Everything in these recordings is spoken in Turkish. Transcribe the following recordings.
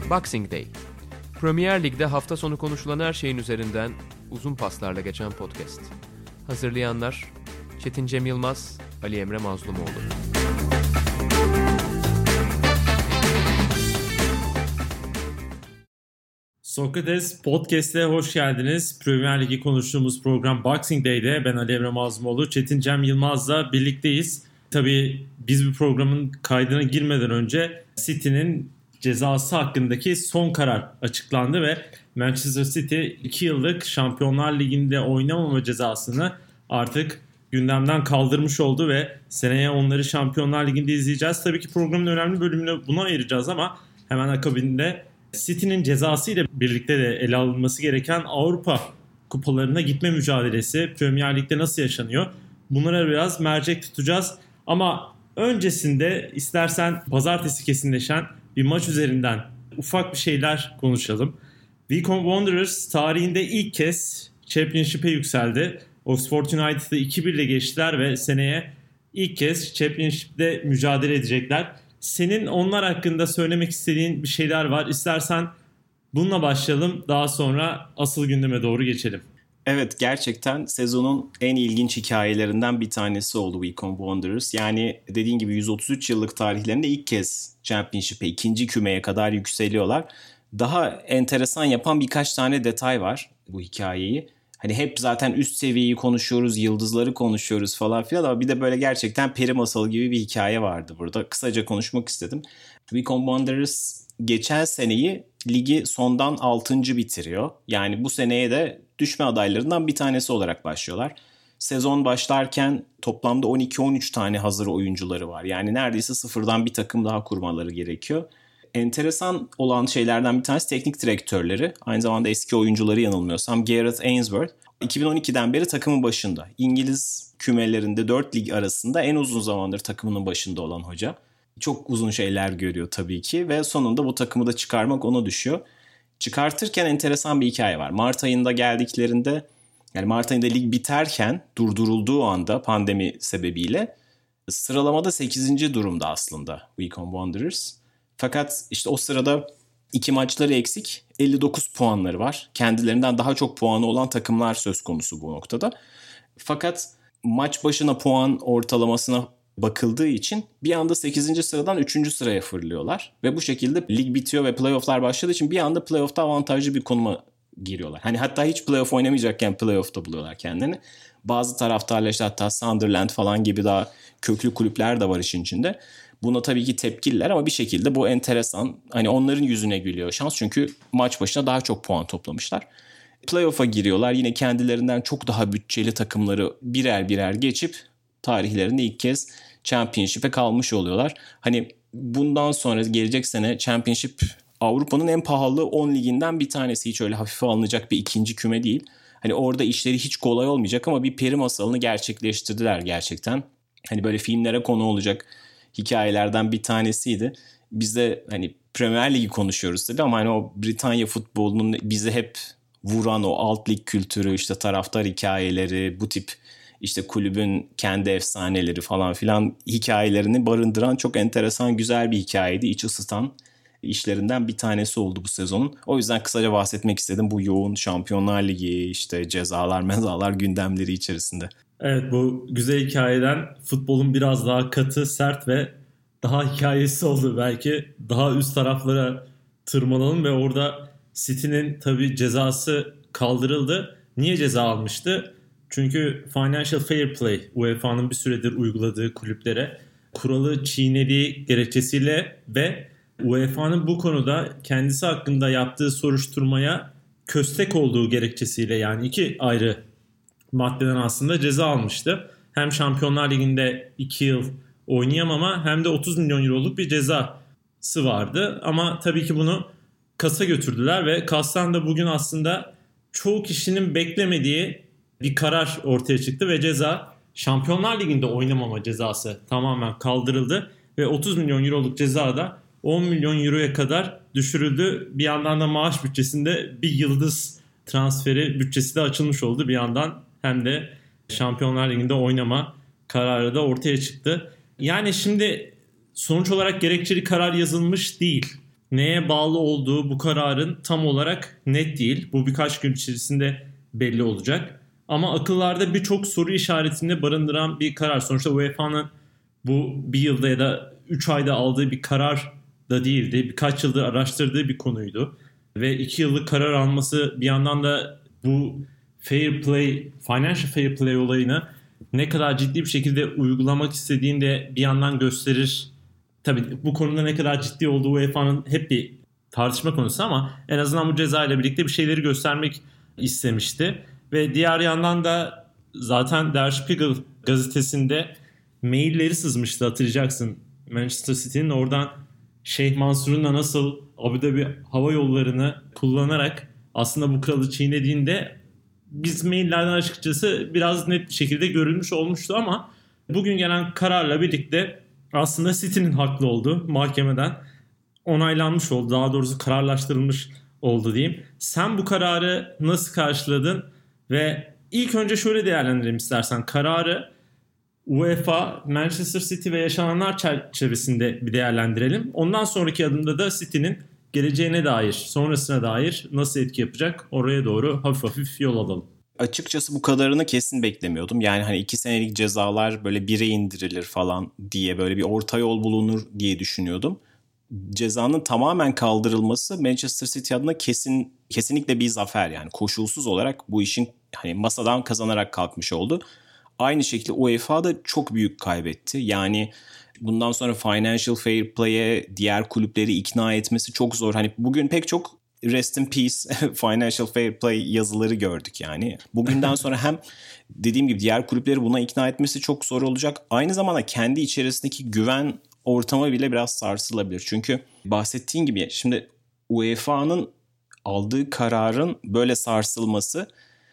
Boxing Day. Premier Lig'de hafta sonu konuşulan her şeyin üzerinden uzun paslarla geçen podcast. Hazırlayanlar Çetin Cem Yılmaz, Ali Emre Mazlumoğlu. Sokrates Podcast'e hoş geldiniz. Premier Lig'i konuştuğumuz program Boxing Day'de ben Ali Emre Mazlumoğlu, Çetin Cem Yılmaz'la birlikteyiz. Tabii biz bu programın kaydına girmeden önce City'nin cezası hakkındaki son karar açıklandı ve Manchester City 2 yıllık Şampiyonlar Ligi'nde oynamama cezasını artık gündemden kaldırmış oldu ve seneye onları Şampiyonlar Ligi'nde izleyeceğiz. Tabii ki programın önemli bölümünü buna ayıracağız ama hemen akabinde City'nin cezası ile birlikte de ele alınması gereken Avrupa kupalarına gitme mücadelesi Premier Lig'de nasıl yaşanıyor? Bunlara biraz mercek tutacağız. Ama öncesinde istersen pazartesi kesinleşen bir maç üzerinden ufak bir şeyler konuşalım. Wycombe Wanderers tarihinde ilk kez Championship'e yükseldi. Oxford United'ı 2-1 ile geçtiler ve seneye ilk kez Championship'te mücadele edecekler. Senin onlar hakkında söylemek istediğin bir şeyler var. İstersen bununla başlayalım. Daha sonra asıl gündeme doğru geçelim. Evet, gerçekten sezonun en ilginç hikayelerinden bir tanesi oldu Wycombe Wanderers. Yani dediğin gibi 133 yıllık tarihlerinde ilk kez Championship'e, ikinci kümeye kadar yükseliyorlar. Daha enteresan yapan birkaç tane detay var bu hikayeyi. Hani hep zaten üst seviyeyi konuşuyoruz, yıldızları konuşuyoruz falan filan ama bir de böyle gerçekten peri masalı gibi bir hikaye vardı burada. Kısaca konuşmak istedim. Wycombe Wanderers geçen seneyi ligi sondan 6. bitiriyor. Yani bu seneye de düşme adaylarından bir tanesi olarak başlıyorlar. Sezon başlarken toplamda 12-13 tane hazır oyuncuları var. Yani neredeyse sıfırdan bir takım daha kurmaları gerekiyor. Enteresan olan şeylerden bir tanesi teknik direktörleri. Aynı zamanda eski oyuncuları yanılmıyorsam Gareth Ainsworth. 2012'den beri takımın başında. İngiliz kümelerinde 4 lig arasında en uzun zamandır takımının başında olan hoca. Çok uzun şeyler görüyor tabii ki ve sonunda bu takımı da çıkarmak ona düşüyor. Çıkartırken enteresan bir hikaye var. Mart ayında geldiklerinde, yani Mart ayında lig biterken durdurulduğu anda pandemi sebebiyle sıralamada 8. durumda aslında Wycombe Wanderers. Fakat işte o sırada 2 maçları eksik, 59 puanları var. Kendilerinden daha çok puanı olan takımlar söz konusu bu noktada. Fakat maç başına puan ortalamasına bakıldığı için bir anda 8. sıradan 3. sıraya fırlıyorlar. Ve bu şekilde lig bitiyor ve playofflar başladığı için bir anda playoff'ta avantajlı bir konuma giriyorlar. Hani hatta hiç playoff oynamayacakken playoff'ta buluyorlar kendini. Bazı taraftarlar işte hatta Sunderland falan gibi daha köklü kulüpler de var işin içinde. Buna tabii ki tepkililer ama bir şekilde bu enteresan. Hani onların yüzüne gülüyor şans çünkü maç başına daha çok puan toplamışlar. Playoff'a giriyorlar. Yine kendilerinden çok daha bütçeli takımları birer birer geçip tarihlerinde ilk kez Championship'e kalmış oluyorlar. Hani bundan sonra gelecek sene Championship Avrupa'nın en pahalı 10 liginden bir tanesi. Hiç öyle hafife alınacak bir ikinci küme değil. Hani orada işleri hiç kolay olmayacak ama bir peri masalını gerçekleştirdiler gerçekten. Hani böyle filmlere konu olacak hikayelerden bir tanesiydi. Biz de hani Premier Ligi konuşuyoruz tabii ama hani o Britanya futbolunun bizi hep vuran o alt lig kültürü, işte taraftar hikayeleri, bu tip işte kulübün kendi efsaneleri falan filan hikayelerini barındıran çok enteresan, güzel bir hikayeydi. İç ısıtan işlerinden bir tanesi oldu bu sezonun. O yüzden kısaca bahsetmek istedim bu yoğun Şampiyonlar Ligi, işte cezalar, mezalar gündemleri içerisinde. Evet, bu güzel hikayeden futbolun biraz daha katı, sert ve daha hikayesi oldu. Belki daha üst taraflara tırmanalım ve orada City'nin tabii cezası kaldırıldı. Niye ceza almıştı? Çünkü Financial Fair Play, UEFA'nın bir süredir uyguladığı kulüplere kuralı çiğnediği gerekçesiyle ve UEFA'nın bu konuda kendisi hakkında yaptığı soruşturmaya köstek olduğu gerekçesiyle, yani 2 ayrı maddeden aslında ceza almıştı. Hem Şampiyonlar Ligi'nde 2 yıl oynayamama hem de 30 milyon euroluk bir cezası vardı. Ama tabii ki bunu KAS'a götürdüler ve KAS'tan da bugün aslında çoğu kişinin beklemediği bir karar ortaya çıktı ve ceza, Şampiyonlar Ligi'nde oynamama cezası tamamen kaldırıldı ve 30 milyon euroluk ceza da 10 milyon euroya kadar düşürüldü. Bir yandan da maaş bütçesinde bir yıldız transferi bütçesi de açılmış oldu bir yandan, hem de Şampiyonlar Ligi'nde oynama kararı da ortaya çıktı. Yani şimdi sonuç olarak gerekçeli karar yazılmış değil. neye bağlı olduğu bu kararın tam olarak net değil. Bu birkaç gün içerisinde belli olacak. Ama akıllarda birçok soru işaretini barındıran bir karar. Sonuçta UEFA'nın bu bir yılda ya da 3 ayda aldığı bir karar da değildi. Birkaç yıldır araştırdığı bir konuydu. Ve 2 yıllık karar alması bir yandan da bu fair play, financial fair play olayını ne kadar ciddi bir şekilde uygulamak istediğini de bir yandan gösterir. Tabii bu konuda ne kadar ciddi olduğu UEFA'nın hep bir tartışma konusu ama en azından bu ceza ile birlikte bir şeyleri göstermek istemişti. Ve diğer yandan da zaten Der Spiegel gazetesinde mailleri sızmıştı, hatırlayacaksın. Manchester City'nin oradan Şeyh Mansur'un da nasıl Abu Dhabi hava yollarını kullanarak aslında bu kralı çiğnediğinde biz maillerden açıkçası biraz net bir şekilde görülmüş olmuştu ama bugün gelen kararla birlikte aslında City'nin haklı olduğu mahkemeden onaylanmış oldu. Daha doğrusu kararlaştırılmış oldu diyeyim. Sen bu kararı nasıl karşıladın? Ve ilk önce şöyle değerlendirelim istersen. Kararı UEFA, Manchester City ve yaşananlar çerçevesinde bir değerlendirelim. Ondan sonraki adımda da City'nin geleceğine dair, sonrasına dair nasıl etki yapacak oraya doğru hafif hafif yol alalım. Açıkçası bu kadarını kesin beklemiyordum. Yani hani 2 senelik cezalar böyle 1'e indirilir falan diye böyle bir orta yol bulunur diye düşünüyordum. Cezanın tamamen kaldırılması Manchester City adına kesinlikle bir zafer, yani koşulsuz olarak bu işin hani masadan kazanarak kalkmış oldu. Aynı şekilde UEFA da çok büyük kaybetti. Yani bundan sonra financial fair play'e diğer kulüpleri ikna etmesi çok zor. Hani bugün pek çok rest in peace financial fair play yazıları gördük yani. Bugünden sonra hem dediğim gibi diğer kulüpleri buna ikna etmesi çok zor olacak. Aynı zamanda kendi içerisindeki güven ortamı bile biraz sarsılabilir. Çünkü bahsettiğin gibi şimdi UEFA'nın aldığı kararın böyle sarsılması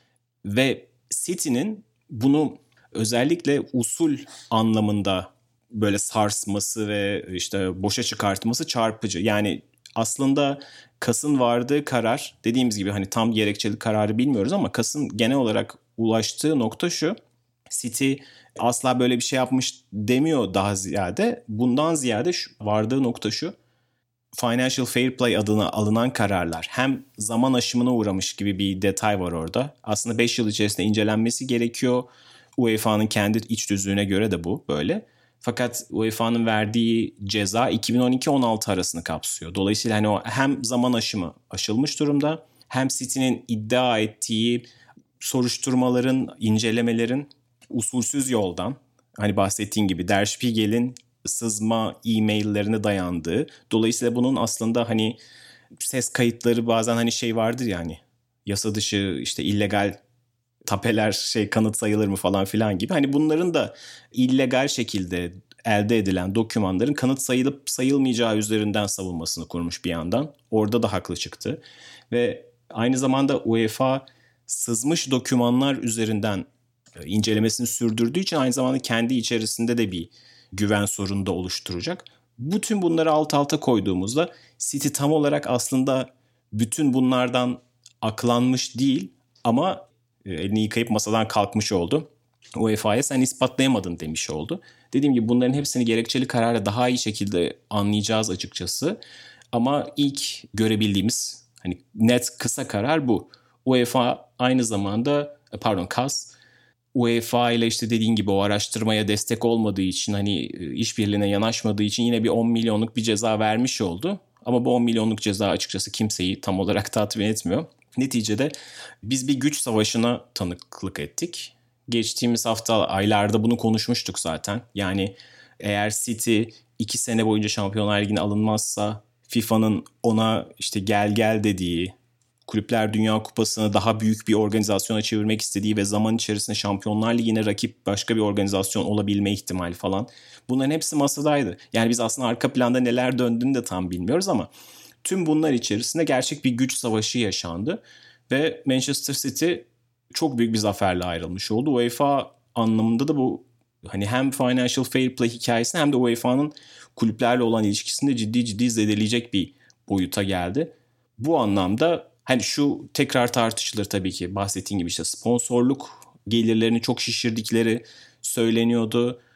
ve City'nin bunu özellikle usul anlamında böyle sarsması ve işte boşa çıkartması çarpıcı. Yani aslında KAS'ın vardığı karar, dediğimiz gibi hani tam gerekçeli kararı bilmiyoruz ama KAS'ın genel olarak ulaştığı nokta şu: City asla böyle bir şey yapmış demiyor daha ziyade. Bundan ziyade vardığı nokta şu: Financial Fair Play adına alınan kararlar hem zaman aşımına uğramış gibi bir detay var orada. Aslında 5 yıl içerisinde incelenmesi gerekiyor. UEFA'nın kendi iç düzlüğüne göre de bu böyle. Fakat UEFA'nın verdiği ceza 2012-16 arasını kapsıyor. Dolayısıyla hani o hem zaman aşımı aşılmış durumda, hem City'nin iddia ettiği soruşturmaların, incelemelerin usulsüz yoldan, hani bahsettiğin gibi Der Spiegel'in sızma e-maillerine dayandığı. Dolayısıyla bunun aslında hani ses kayıtları bazen hani şey vardır ya, hani yasa dışı işte illegal tapeler kanıt sayılır mı falan filan gibi. Hani bunların da illegal şekilde elde edilen dokümanların kanıt sayılıp sayılmayacağı üzerinden savunmasını kurmuş bir yandan. Orada da haklı çıktı. Ve aynı zamanda UEFA sızmış dokümanlar üzerinden incelemesini sürdürdüğü için aynı zamanda kendi içerisinde de bir güven sorunu da oluşturacak. Bütün bunları alt alta koyduğumuzda City tam olarak aslında bütün bunlardan aklanmış değil ama elini yıkayıp masadan kalkmış oldu. UEFA'ya sen ispatlayamadın demiş oldu. Dediğim gibi bunların hepsini gerekçeli kararla daha iyi şekilde anlayacağız açıkçası. Ama ilk görebildiğimiz hani net kısa karar bu. UEFA aynı zamanda KAS UEFA ile işte dediğin gibi o araştırmaya destek olmadığı için, hani işbirliğine yanaşmadığı için yine bir 10 milyonluk bir ceza vermiş oldu. Ama bu 10 milyonluk ceza açıkçası kimseyi tam olarak tatmin etmiyor. Neticede biz bir güç savaşına tanıklık ettik. Geçtiğimiz hafta aylarda bunu konuşmuştuk zaten. Yani eğer City 2 sene boyunca Şampiyonlar Ligi'ne alınmazsa FIFA'nın ona işte gel dediği, Kulüpler Dünya Kupası'nı daha büyük bir organizasyona çevirmek istediği ve zaman içerisinde Şampiyonlar Ligi'ne rakip başka bir organizasyon olabilme ihtimali falan, bunların hepsi masadaydı. Yani biz aslında arka planda neler döndüğünü de tam bilmiyoruz ama tüm bunlar içerisinde gerçek bir güç savaşı yaşandı ve Manchester City çok büyük bir zaferle ayrılmış oldu. UEFA anlamında da bu hani hem financial fair play hikayesini hem de UEFA'nın kulüplerle olan ilişkisini ciddi zedeleyecek bir boyuta geldi. Bu anlamda hani şu tekrar tartışılır tabii ki, bahsettiğim gibi işte sponsorluk gelirlerini çok şişirdikleri söyleniyordu.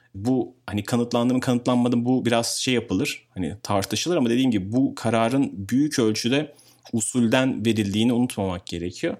Bu hani kanıtlandı mı kanıtlanmadı mı bu biraz şey yapılır. Hani tartışılır ama dediğim gibi bu kararın büyük ölçüde usulden verildiğini unutmamak gerekiyor.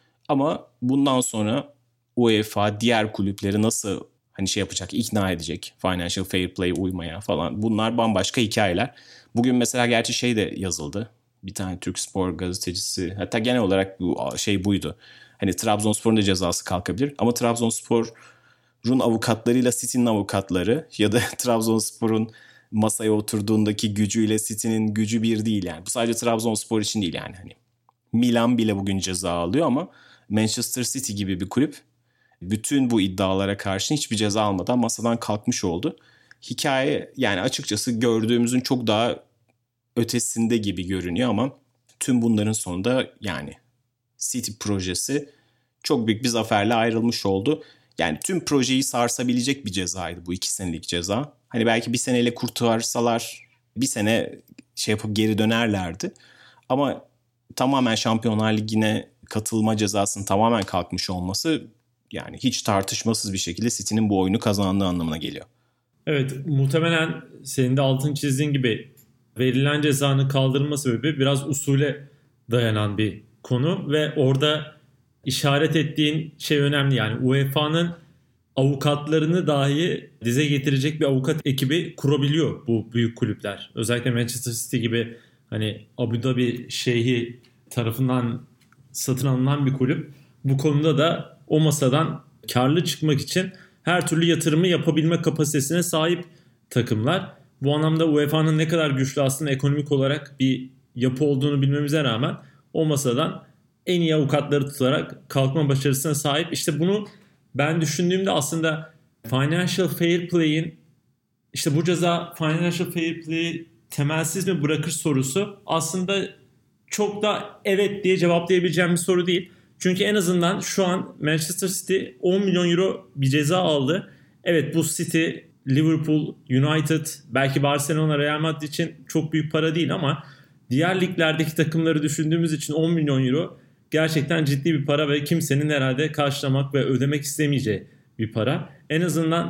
Ama bundan sonra UEFA diğer kulüpleri nasıl hani şey yapacak, ikna edecek, financial fair play uymaya falan, bunlar bambaşka hikayeler. Bugün mesela gerçi şey de yazıldı. Bir tane Türk spor gazetecisi, hatta genel olarak bu şey buydu. Hani Trabzonspor'un da cezası kalkabilir ama Trabzonspor'un avukatlarıyla City'nin avukatları ya da Trabzonspor'un masaya oturduğundaki gücüyle City'nin gücü bir değil yani. Bu sadece Trabzonspor için değil yani. Hani Milan bile bugün ceza alıyor ama Manchester City gibi bir kulüp bütün bu iddialara karşı hiçbir ceza almadan masadan kalkmış oldu. Hikaye yani açıkçası gördüğümüzün çok daha ötesinde gibi görünüyor ama tüm bunların sonunda yani City projesi çok büyük bir zaferle ayrılmış oldu. Yani tüm projeyi sarsabilecek bir cezaydı bu 2 senelik ceza. Hani belki bir seneyle kurtarsalar bir sene şey yapıp geri dönerlerdi. Ama tamamen Şampiyonlar Ligi'ne katılma cezasının tamamen kalkmış olması yani hiç tartışmasız bir şekilde City'nin bu oyunu kazandığı anlamına geliyor. Evet, muhtemelen senin de altını çizdiğin gibi verilen cezanın kaldırılma sebebi biraz usule dayanan bir konu ve orada işaret ettiğin şey önemli. Yani UEFA'nın avukatlarını dahi dize getirecek bir avukat ekibi kurabiliyor bu büyük kulüpler. Özellikle Manchester City gibi hani Abu Dhabi şeyhi tarafından satın alınan bir kulüp. Bu konuda da o masadan karlı çıkmak için her türlü yatırımı yapabilme kapasitesine sahip takımlar. Bu anlamda UEFA'nın ne kadar güçlü aslında ekonomik olarak bir yapı olduğunu bilmemize rağmen o masadan en iyi avukatları tutarak kalkma başarısına sahip. İşte bunu ben düşündüğümde aslında Financial Fair Play'in işte bu ceza Financial Fair Play'i temelsiz mi bırakır sorusu aslında çok da evet diye cevaplayabileceğim bir soru değil. Çünkü en azından şu an Manchester City 10 milyon euro bir ceza aldı. Evet, bu City, Liverpool, United, belki Barcelona, Real Madrid için çok büyük para değil ama diğer liglerdeki takımları düşündüğümüz için 10 milyon euro gerçekten ciddi bir para ve kimsenin herhalde karşılamak ve ödemek istemeyeceği bir para. En azından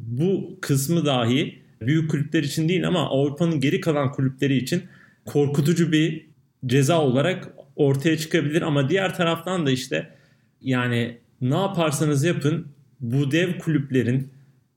bu kısmı dahi büyük kulüpler için değil ama Avrupa'nın geri kalan kulüpleri için korkutucu bir ceza olarak ortaya çıkabilir. Ama diğer taraftan da işte yani ne yaparsanız yapın bu dev kulüplerin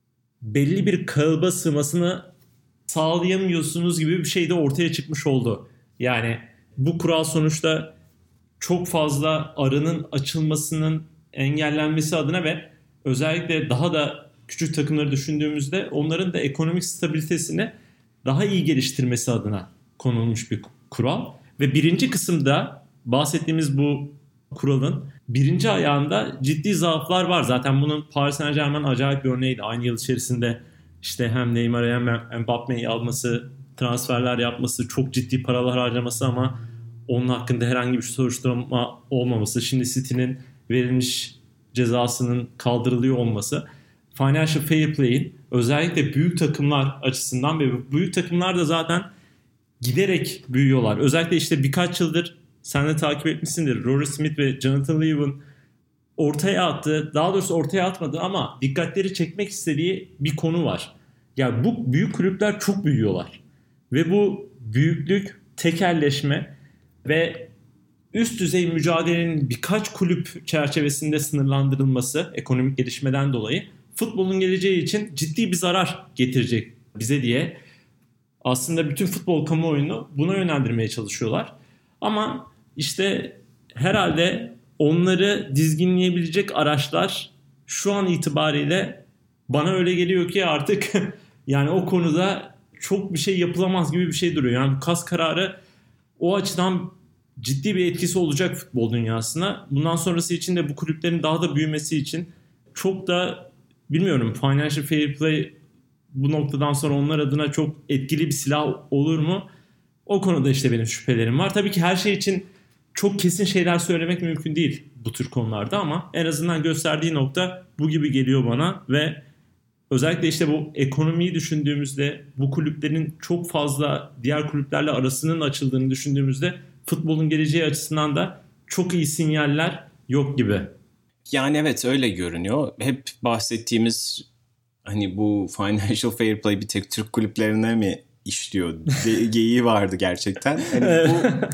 belli bir kalıba sığmasını sağlayamıyorsunuz gibi bir şey de ortaya çıkmış oldu. Yani bu kural sonuçta çok fazla aranın açılmasının engellenmesi adına ve özellikle daha da küçük takımları düşündüğümüzde onların da ekonomik stabilitesini daha iyi geliştirmesi adına konulmuş bir kural. Ve birinci kısımda bahsettiğimiz bu kuralın birinci ayağında ciddi zaaflar var. Zaten bunun Paris Saint-Germain acayip bir örneğiydi. Aynı yıl içerisinde işte hem Neymar'ı hem Mbappe'yi alması, transferler yapması, çok ciddi paralar harcaması ama onun hakkında herhangi bir soruşturma olmaması, şimdi City'nin verilmiş cezasının kaldırılıyor olması, Financial Fair Play'in özellikle büyük takımlar açısından ve büyük takımlar da zaten giderek büyüyorlar. Özellikle işte birkaç yıldır sen de takip etmişsindir. Rory Smith ve Jonathan Liev'in ortaya attığı, daha doğrusu ortaya atmadı ama dikkatleri çekmek istediği bir konu var. Yani bu büyük kulüpler çok büyüyorlar. Ve bu büyüklük, tekelleşme ve üst düzey mücadelenin birkaç kulüp çerçevesinde sınırlandırılması ekonomik gelişmeden dolayı futbolun geleceği için ciddi bir zarar getirecek bize diye aslında bütün futbol kamuoyunu buna yönlendirmeye çalışıyorlar. Ama işte herhalde onları dizginleyebilecek araçlar şu an itibariyle bana öyle geliyor ki artık yani o konuda çok bir şey yapılamaz gibi bir şey duruyor. Yani bu kas kararı o açıdan ciddi bir etkisi olacak futbol dünyasına. Bundan sonrası için de bu kulüplerin daha da büyümesi için çok da bilmiyorum, Financial Fair Play bu noktadan sonra onlar adına çok etkili bir silah olur mu? O konuda işte benim şüphelerim var. Tabii ki her şey için çok kesin şeyler söylemek mümkün değil bu tür konularda ama en azından gösterdiği nokta bu gibi geliyor bana ve özellikle işte bu ekonomiyi düşündüğümüzde bu kulüplerin çok fazla diğer kulüplerle arasının açıldığını düşündüğümüzde futbolun geleceği açısından da çok iyi sinyaller yok gibi. Yani evet öyle görünüyor. Hep bahsettiğimiz hani bu financial fair play bir tek Türk kulüplerine mi işliyor geyiği vardı gerçekten. Hani bu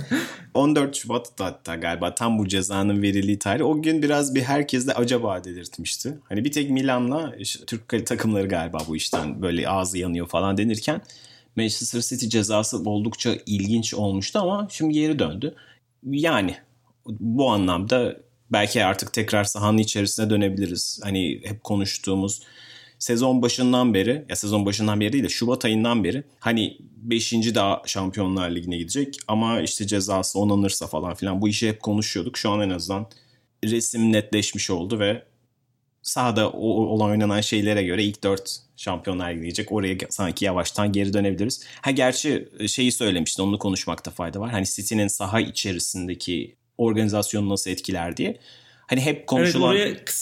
14 Şubat'ta hatta galiba tam bu cezanın verildiği tarih. O gün biraz bir herkeste acaba dedirtmişti. Hani bir tek Milan'la işte Türk takımları galiba bu işten böyle ağzı yanıyor falan denirken Manchester City cezası oldukça ilginç olmuştu ama şimdi geri döndü. Yani bu anlamda belki artık tekrar sahanın içerisine dönebiliriz. Hani hep konuştuğumuz sezon başından beri, ya sezon başından beri değil de Şubat ayından beri hani 5. daha Şampiyonlar Ligi'ne gidecek ama işte cezası onanırsa falan filan bu işi hep konuşuyorduk. Şu an en azından resim netleşmiş oldu ve sahada olan oynanan şeylere göre ilk 4 Şampiyonlar Ligi'ne gidecek. Oraya sanki yavaştan geri dönebiliriz. Gerçi şeyi söylemiştin, onu konuşmakta fayda var. Hani City'nin saha içerisindeki organizasyonu nasıl etkiler diye. Hani hep konuşulan... Evet, oraya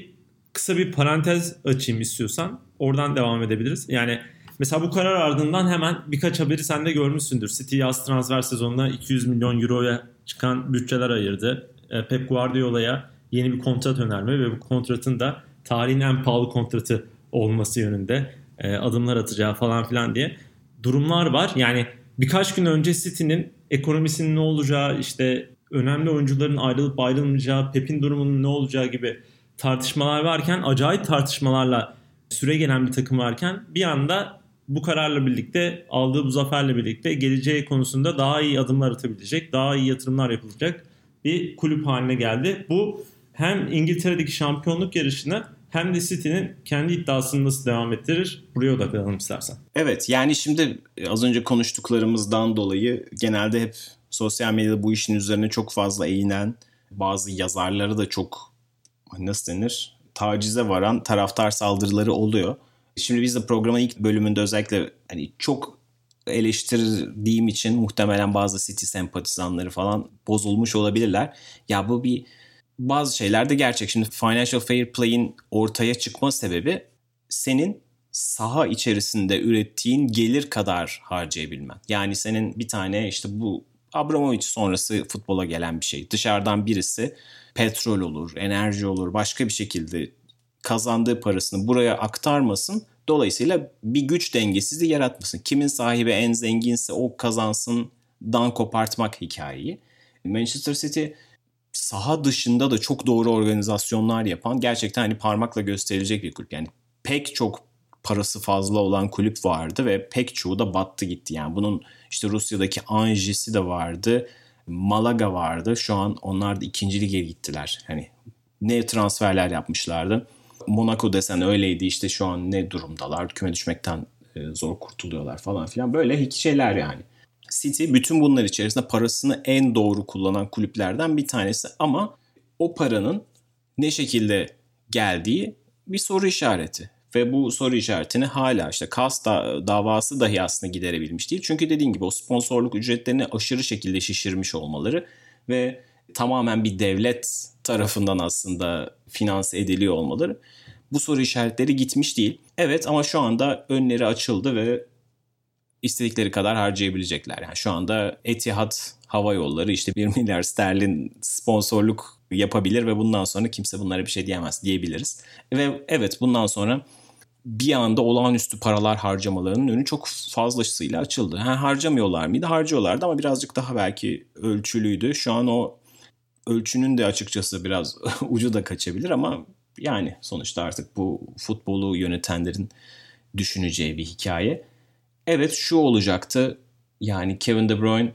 kısa bir parantez açayım istiyorsan. Oradan devam edebiliriz. Yani mesela bu karar ardından hemen birkaç haberi sen de görmüşsündür. City yaz transfer sezonunda 200 milyon euroya çıkan bütçeler ayırdı. Pep Guardiola'ya yeni bir kontrat önerme ve bu kontratın da tarihin en pahalı kontratı olması yönünde adımlar atacağı falan filan diye durumlar var. Yani birkaç gün önce City'nin ekonomisinin ne olacağı, işte önemli oyuncuların ayrılıp ayrılmayacağı, Pep'in durumunun ne olacağı gibi tartışmalar varken, acayip tartışmalarla süre gelen bir takım varken bir anda bu kararla birlikte, aldığı bu zaferle birlikte geleceği konusunda daha iyi adımlar atabilecek, daha iyi yatırımlar yapılacak bir kulüp haline geldi. Bu hem İngiltere'deki şampiyonluk yarışını hem de City'nin kendi iddiasını nasıl devam ettirir? Buraya odaklanalım istersen. Evet, yani şimdi az önce konuştuklarımızdan dolayı genelde hep sosyal medyada bu işin üzerine çok fazla eğinen, bazı yazarları da çok, nasıl denir, tacize varan taraftar saldırıları oluyor. Şimdi biz de programın ilk bölümünde özellikle hani çok eleştirdiğim için muhtemelen bazı City sempatizanları falan bozulmuş olabilirler. Ya bu bazı şeyler de gerçek. Şimdi Financial Fair Play'in ortaya çıkma sebebi senin saha içerisinde ürettiğin gelir kadar harcayabilmen. Yani senin bir tane işte bu Abramovich sonrası futbola gelen bir şey. Dışarıdan birisi petrol olur, enerji olur, başka bir şekilde kazandığı parasını buraya aktarmasın. Dolayısıyla bir güç dengesizliği yaratmasın. Kimin sahibi en zenginse o kazansından kopartmak hikayeyi. Manchester City saha dışında da çok doğru organizasyonlar yapan, gerçekten hani parmakla gösterilecek bir kulüp. Yani pek çok parası fazla olan kulüp vardı ve pek çoğu da battı gitti. Yani bunun işte Rusya'daki Anji'si de vardı, Malaga vardı. Şu an onlar da 2. lige gittiler. Hani ne transferler yapmışlardı. Monaco desen öyleydi, işte şu an ne durumdalar, küme düşmekten zor kurtuluyorlar falan filan, böyle şeyler yani. City bütün bunlar içerisinde parasını en doğru kullanan kulüplerden bir tanesi ama o paranın ne şekilde geldiği bir soru işareti. Ve bu soru işaretini hala işte KAS davası dahi aslında giderebilmiş değil. Çünkü dediğim gibi o sponsorluk ücretlerini aşırı şekilde şişirmiş olmaları ve tamamen bir devlet tarafından aslında finanse ediliyor olmaları, bu soru işaretleri gitmiş değil. Evet, ama şu anda önleri açıldı ve istedikleri kadar harcayabilecekler. Yani şu anda Etihad Hava Yolları işte 1 milyar sterlin sponsorluk yapabilir ve bundan sonra kimse bunlara bir şey diyemez diyebiliriz. Ve evet, bundan sonra bir anda olağanüstü paralar harcamalarının önü çok fazlasıyla açıldı. Harcamıyorlar mıydı? Harcıyorlardı ama birazcık daha belki ölçülüydü. Şu an o ölçünün de açıkçası biraz ucu da kaçabilir ama yani sonuçta artık bu futbolu yönetenlerin düşüneceği bir hikaye. Evet, şu olacaktı, yani Kevin De Bruyne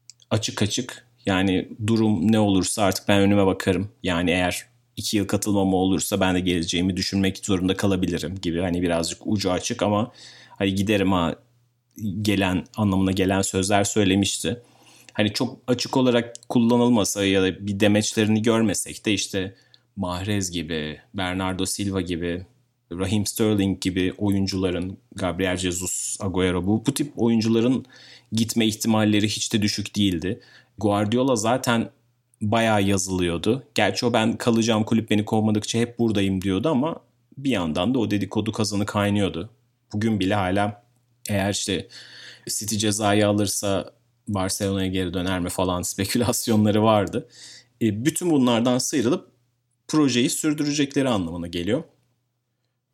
açık yani durum ne olursa artık ben önüme bakarım. Yani eğer 2 yıl katılmama olursa ben de geleceğimi düşünmek zorunda kalabilirim gibi, hani birazcık ucu açık ama hani giderim gelen anlamına gelen sözler söylemişti. Hani çok açık olarak kullanılmasa ya da bir demeçlerini görmesek de işte Mahrez gibi, Bernardo Silva gibi, Raheem Sterling gibi oyuncuların, Gabriel Jesus, Agüero, bu tip oyuncuların gitme ihtimalleri hiç de düşük değildi. Guardiola zaten bayağı yazılıyordu. Gerçi o ben kalacağım, kulüp beni kovmadıkça hep buradayım diyordu ama bir yandan da o dedikodu kazanı kaynıyordu. Bugün bile hala eğer işte City cezayı alırsa Barcelona'ya geri döner mi falan spekülasyonları vardı. Bütün bunlardan sıyrılıp projeyi sürdürecekleri anlamına geliyor.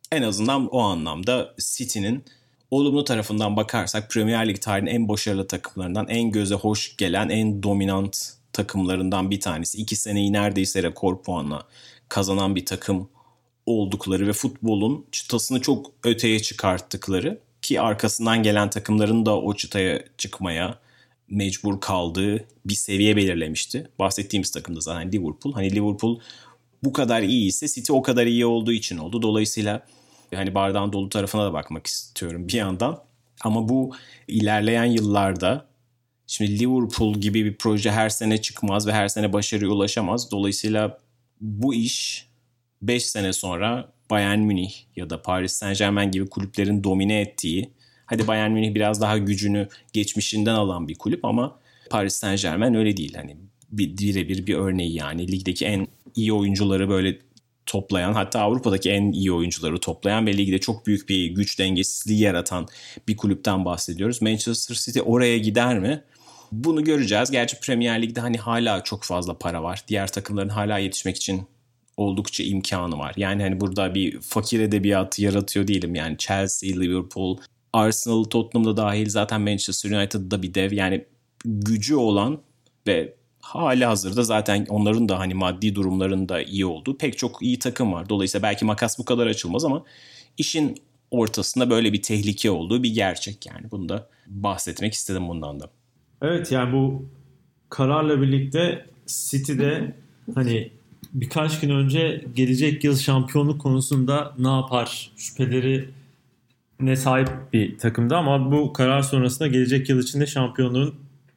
En azından o anlamda City'nin olumlu tarafından bakarsak Premier Lig tarihinin en başarılı takımlarından, en göze hoş gelen, en dominant takımlarından bir tanesi. 2 seneyi neredeyse rekor puanla kazanan bir takım oldukları ve futbolun çıtasını çok öteye çıkarttıkları, ki arkasından gelen takımların da o çıtaya çıkmaya mecbur kaldığı bir seviye belirlemişti. Bahsettiğimiz takım da zaten Liverpool. Hani Liverpool bu kadar iyi ise City o kadar iyi olduğu için oldu. Dolayısıyla hani bardağın dolu tarafına da bakmak istiyorum bir yandan. Ama bu ilerleyen yıllarda şimdi Liverpool gibi bir proje her sene çıkmaz ve her sene başarıya ulaşamaz. Dolayısıyla bu iş 5 sene sonra Bayern Münih ya da Paris Saint-Germain gibi kulüplerin domine ettiği, hadi Bayern Münih biraz daha gücünü geçmişinden alan bir kulüp ama Paris Saint-Germain öyle değil. Hani birebir bir örneği, yani ligdeki en iyi oyuncuları böyle toplayan, hatta Avrupa'daki en iyi oyuncuları toplayan ve ligde çok büyük bir güç dengesizliği yaratan bir kulüpten bahsediyoruz. Manchester City oraya gider mi? Bunu göreceğiz. Gerçi Premier Lig'de hani hala çok fazla para var. Diğer takımların hala yetişmek için oldukça imkanı var. Yani hani burada bir fakir edebiyatı yaratıyor değilim. Yani Chelsea, Liverpool, Arsenal, Tottenham'da dahil, zaten Manchester United'da bir dev. Yani gücü olan ve hali hazırda zaten onların da hani maddi durumlarında iyi olduğu pek çok iyi takım var. Dolayısıyla belki makas bu kadar açılmaz ama işin ortasında böyle bir tehlike olduğu bir gerçek yani. Bunu da bahsetmek istedim bundan da. Evet, yani bu kararla birlikte City'de hani birkaç gün önce gelecek yıl şampiyonluk konusunda ne yapar şüphelerine sahip bir takımdı ama bu karar sonrasında gelecek yıl içinde şampiyonluğun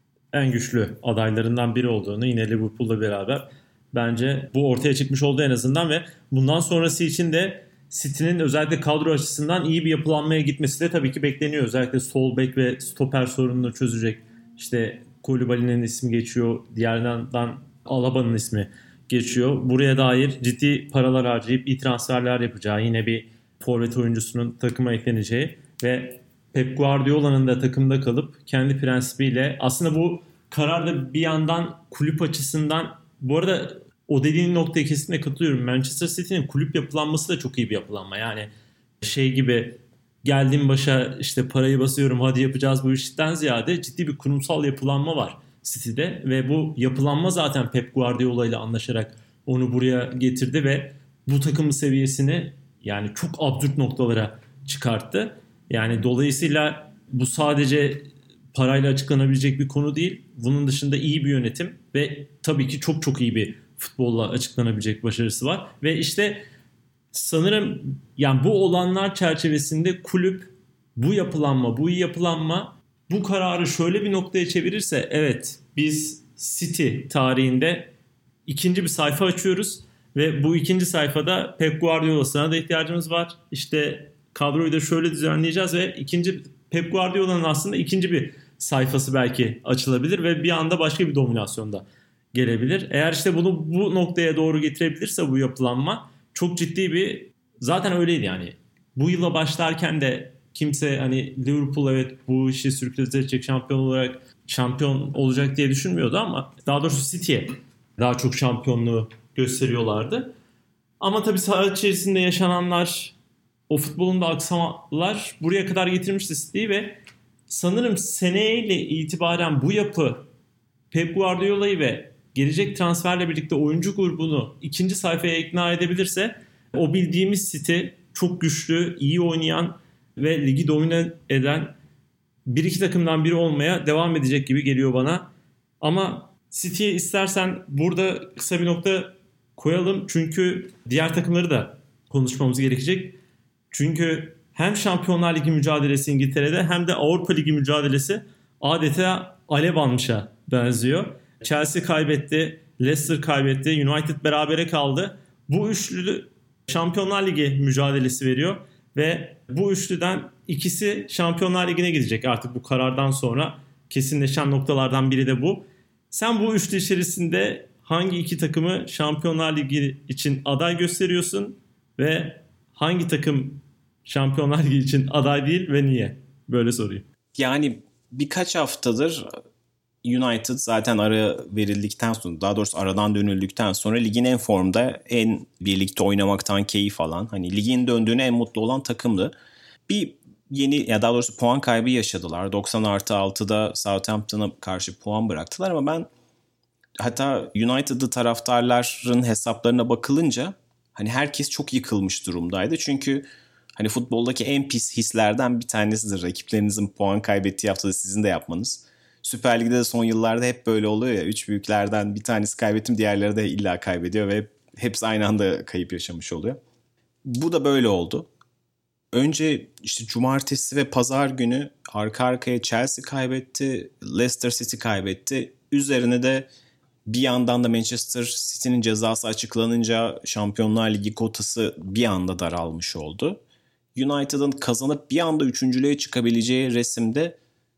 en güçlü adaylarından biri olduğunu, yine Liverpool'la beraber bence bu ortaya çıkmış oldu en azından ve bundan sonrası için de City'nin özellikle kadro açısından iyi bir yapılanmaya gitmesi de tabii ki bekleniyor. Özellikle sol bek ve stoper sorununu çözecek. İşte Koulibaly'nin ismi geçiyor, diğerinden Alaba'nın ismi geçiyor. Buraya dair ciddi paralar harcayıp iyi transferler yapacağı, yine bir forvet oyuncusunun takıma ekleneceği ve Pep Guardiola'nın da takımda kalıp kendi prensibiyle, aslında bu karar da bir yandan kulüp açısından, bu arada o dediğin noktaya kesinlikle katılıyorum. Manchester City'nin kulüp yapılanması da çok iyi bir yapılanma. Yani şey gibi, geldiğim başa işte parayı basıyorum hadi yapacağız bu işten ziyade ciddi bir kurumsal yapılanma var City'de ve bu yapılanma zaten Pep Guardiola ile anlaşarak onu buraya getirdi ve bu takımın seviyesini yani çok absürt noktalara çıkarttı. Yani dolayısıyla bu sadece parayla açıklanabilecek bir konu değil. Bunun dışında iyi bir yönetim ve tabii ki çok çok iyi bir futbolla açıklanabilecek başarısı var. Ve işte sanırım yani bu olanlar çerçevesinde kulüp bu yapılanma, bu iyi yapılanma bu kararı şöyle bir noktaya çevirirse, evet biz City tarihinde ikinci bir sayfa açıyoruz ve bu ikinci sayfada Pep Guardiola'sına da ihtiyacımız var. İşte kadroyu da şöyle düzenleyeceğiz ve Pep Guardiola'nın aslında ikinci bir sayfası belki açılabilir ve bir anda başka bir dominasyonda gelebilir. Eğer işte bunu bu noktaya doğru getirebilirse bu yapılanma çok ciddi bir, zaten öyleydi yani. Bu yıla başlarken de kimse hani Liverpool evet bu işi sürpriz edecek, şampiyon olacak diye düşünmüyordu ama daha doğrusu City'ye daha çok şampiyonluğu gösteriyorlardı. Ama tabii saha içerisinde yaşananlar, o futbolun da aksamalar buraya kadar getirmişti City'yi ve sanırım seneyle itibaren bu yapı Pep Guardiola'yı ve gelecek transferle birlikte oyuncu grubunu ikinci sayfaya ikna edebilirse o bildiğimiz City çok güçlü, iyi oynayan ve ligi domine eden bir iki takımdan biri olmaya devam edecek gibi geliyor bana. Ama City'ye istersen burada kısa bir nokta koyalım çünkü diğer takımları da konuşmamız gerekecek. Çünkü hem Şampiyonlar Ligi mücadelesi İngiltere'de hem de Avrupa Ligi mücadelesi adeta alev almışa benziyor. Chelsea kaybetti, Leicester kaybetti, United berabere kaldı. Bu üçlü Şampiyonlar Ligi mücadelesi veriyor ve bu üçlüden ikisi Şampiyonlar Ligi'ne gidecek artık bu karardan sonra. Kesinleşen noktalardan biri de bu. Sen bu üçlü içerisinde hangi iki takımı Şampiyonlar Ligi için aday gösteriyorsun ve hangi takım Şampiyonlar Ligi için aday değil ve niye? Böyle sorayım. Yani birkaç haftadır United zaten ara verildikten sonra, daha doğrusu aradan dönüldükten sonra ligin en formda, en birlikte oynamaktan keyif alan, hani ligin döndüğüne en mutlu olan takımdı. Bir yeni, ya daha doğrusu puan kaybı yaşadılar. 90+6'da Southampton'a karşı puan bıraktılar ama ben hatta United'lı taraftarların hesaplarına bakılınca hani herkes çok yıkılmış durumdaydı. Çünkü hani futboldaki en pis hislerden bir tanesidir rakiplerinizin puan kaybettiği haftada sizin de yapmanız. Süper Lig'de de son yıllarda hep böyle oluyor ya. 3 büyüklerden bir tanesi kaybettim, diğerleri de illa kaybediyor ve hepsi aynı anda kayıp yaşamış oluyor. Bu da böyle oldu. Önce işte cumartesi ve pazar günü arka arkaya Chelsea kaybetti, Leicester City kaybetti. Üzerine de bir yandan da Manchester City'nin cezası açıklanınca Şampiyonlar Ligi kotası bir anda daralmış oldu. United'ın kazanıp bir anda üçüncülüğe çıkabileceği resimde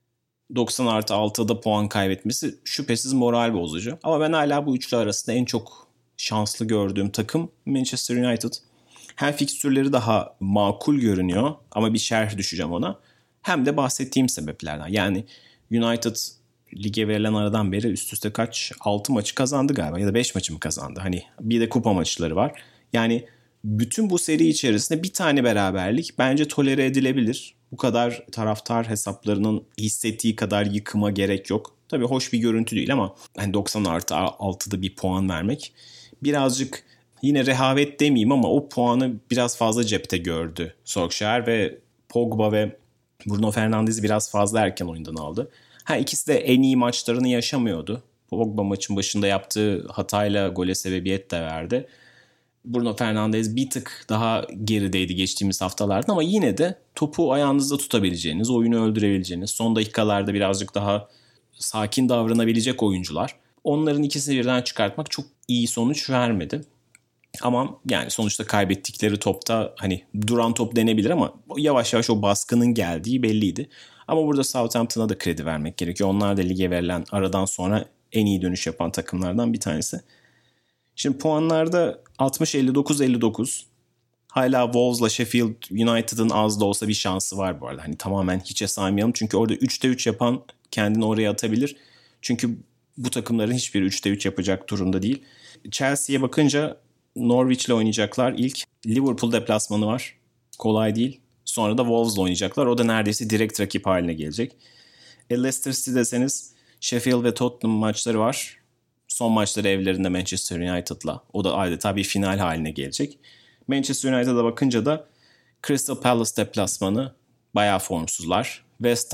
90+6'da puan kaybetmesi şüphesiz moral bozucu. Ama ben hala bu üçlü arasında en çok şanslı gördüğüm takım Manchester United. Hem fikstürleri daha makul görünüyor ama bir şerh düşeceğim ona. Hem de bahsettiğim sebeplerden. Yani United lige verilen aradan beri üst üste 6 maçı kazandı galiba ya da 5 maçı mı kazandı? Hani bir de kupa maçları var. Yani bütün bu seri içerisinde bir tane beraberlik bence tolere edilebilir. Bu kadar taraftar hesaplarının hissettiği kadar yıkıma gerek yok. Tabii hoş bir görüntü değil ama hani 90+6'da bir puan vermek birazcık, yine rehavet demeyeyim ama o puanı biraz fazla cepte gördü Solskjaer ve Pogba ve Bruno Fernandes'i biraz fazla erken oyundan aldı. İkisi de en iyi maçlarını yaşamıyordu. Pogba maçın başında yaptığı hatayla gole sebebiyet de verdi. Bruno Fernandes bir tık daha gerideydi geçtiğimiz haftalarda ama yine de topu ayağınızda tutabileceğiniz, oyunu öldürebileceğiniz, son dakikalarda birazcık daha sakin davranabilecek oyuncular. Onların ikisini birden çıkartmak çok iyi sonuç vermedi. Ama yani sonuçta kaybettikleri topta hani duran top denebilir ama yavaş yavaş o baskının geldiği belliydi. Ama burada Southampton'a da kredi vermek gerekiyor. Onlar da lige verilen aradan sonra en iyi dönüş yapan takımlardan bir tanesi. Şimdi puanlarda 60-59-59. Hala Wolves'la Sheffield United'ın az da olsa bir şansı var bu arada. Hani tamamen hiçe saymayalım. Çünkü orada 3'te 3 yapan kendini oraya atabilir. Çünkü bu takımların hiçbiri 3'te 3 yapacak durumda değil. Chelsea'ye bakınca Norwich'le oynayacaklar. İlk Liverpool deplasmanı var. Kolay değil. Sonra da Wolves'la oynayacaklar. O da neredeyse direkt rakip haline gelecek. Leicester City deseniz Sheffield ve Tottenham maçları var. Son maçları evlerinde Manchester United'la. O da adeta bir final haline gelecek. Manchester United'a bakınca da Crystal Palace deplasmanı, bayağı formsuzlar.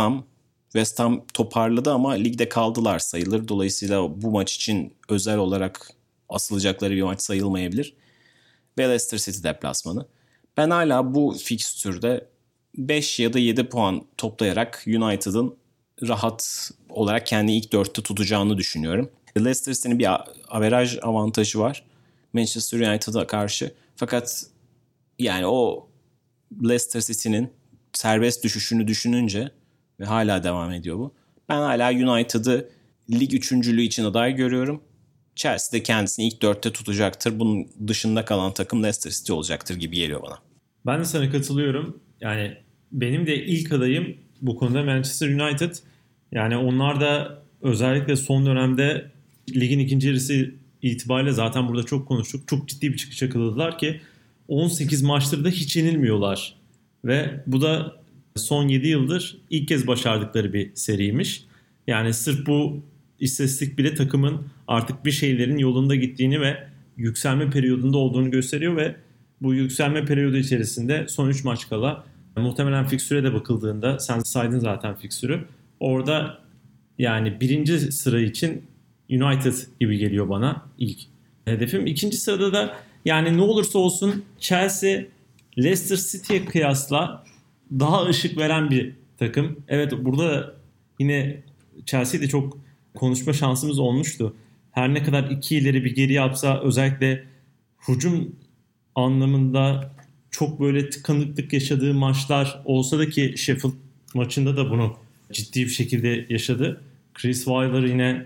West Ham toparladı ama ligde kaldılar sayılır. Dolayısıyla bu maç için özel olarak asılacakları bir maç sayılmayabilir. Ve Leicester City deplasmanı. Ben hala bu fikstürde 5 ya da 7 puan toplayarak United'ın rahat olarak kendi ilk 4'te tutacağını düşünüyorum. Leicester City'nin bir averaj avantajı var Manchester United'a karşı. Fakat yani o Leicester City'nin serbest düşüşünü düşününce ve hala devam ediyor bu. Ben hala United'ı lig üçüncülüğü için aday görüyorum. Chelsea de kendisini ilk 4'te tutacaktır. Bunun dışında kalan takım Leicester City olacaktır gibi geliyor bana. Ben de sana katılıyorum. Yani benim de ilk adayım bu konuda Manchester United. Yani onlar da özellikle son dönemde ligin ikinci yarısı itibariyle zaten burada çok konuştuk. Çok ciddi bir çıkış yakaladılar ki 18 maçtır da hiç yenilmiyorlar. Ve bu da son 7 yıldır ilk kez başardıkları bir seriymiş. Yani sırf bu istatistik bile takımın artık bir şeylerin yolunda gittiğini ve yükselme periyodunda olduğunu gösteriyor ve bu yükselme periyodu içerisinde son 3 maç kala muhtemelen fikstüre de bakıldığında, sen saydın zaten fikstürü, orada yani birinci sıra için United gibi geliyor bana ilk hedefim. İkinci sırada da yani ne olursa olsun Chelsea Leicester City'ye kıyasla daha ışık veren bir takım. Evet, burada yine Chelsea'de çok konuşma şansımız olmuştu. Her ne kadar iki ileri bir geri yapsa, özellikle hücum anlamında çok böyle tıkanıklık yaşadığı maçlar olsa da ki Sheffield maçında da bunu ciddi bir şekilde yaşadı. Chris Wilder yine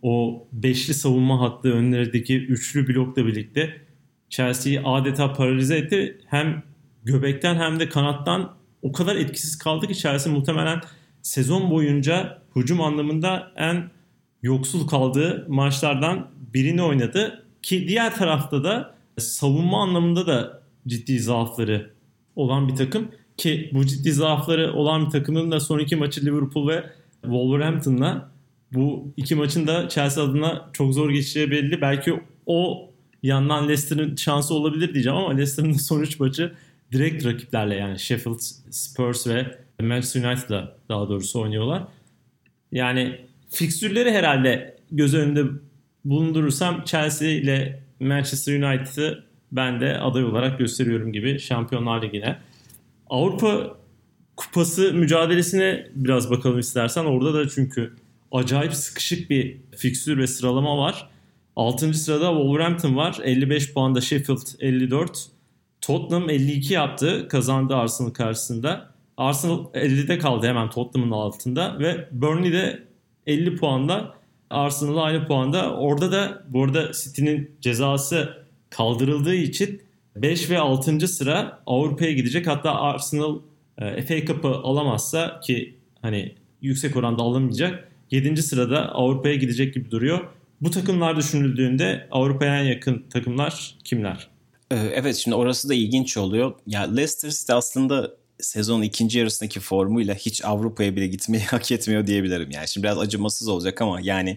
o beşli savunma hattı önlerindeki üçlü blokla birlikte Chelsea'yi adeta paralize etti. Hem göbekten hem de kanattan o kadar etkisiz kaldı ki Chelsea muhtemelen sezon boyunca hücum anlamında en yoksul kaldığı maçlardan birini oynadı. Ki diğer tarafta da savunma anlamında da ciddi zaafları olan bir takım. Ki bu ciddi zaafları olan bir takımın da son iki maçı Liverpool ve Wolverhampton'la, bu iki maçın da Chelsea adına çok zor geçeceği belli. Belki o yandan Leicester'ın şansı olabilir diyeceğim ama Leicester'ın son 3 maçı direkt rakiplerle, yani Sheffield, Spurs ve Manchester United'la daha doğrusu oynuyorlar. Yani fikstürleri herhalde göz önünde bulundurursam Chelsea ile Manchester United'ı ben de aday olarak gösteriyorum gibi Şampiyonlar Ligi'ne. Avrupa Kupası mücadelesine biraz bakalım istersen. Orada da çünkü acayip sıkışık bir fikstür ve sıralama var. 6. sırada Wolverhampton var. 55 puanda, Sheffield 54. Tottenham 52 yaptı. Kazandı Arsenal karşısında. Arsenal 50'de kaldı hemen Tottenham'ın altında. Ve Burnley de 50 puanda. Arsenal'la aynı puanda. Orada da bu arada City'nin cezası kaldırıldığı için 5 ve 6. sıra Avrupa'ya gidecek. Hatta Arsenal FA Cup'ı alamazsa, ki hani yüksek oranda alamayacak, 7. sırada Avrupa'ya gidecek gibi duruyor. Bu takımlar düşünüldüğünde Avrupa'ya en yakın takımlar kimler? Evet, şimdi orası da ilginç oluyor. Ya Leicester City aslında sezonun ikinci yarısındaki formuyla hiç Avrupa'ya bile gitmeyi hak etmiyor diyebilirim. Yani şimdi biraz acımasız olacak ama yani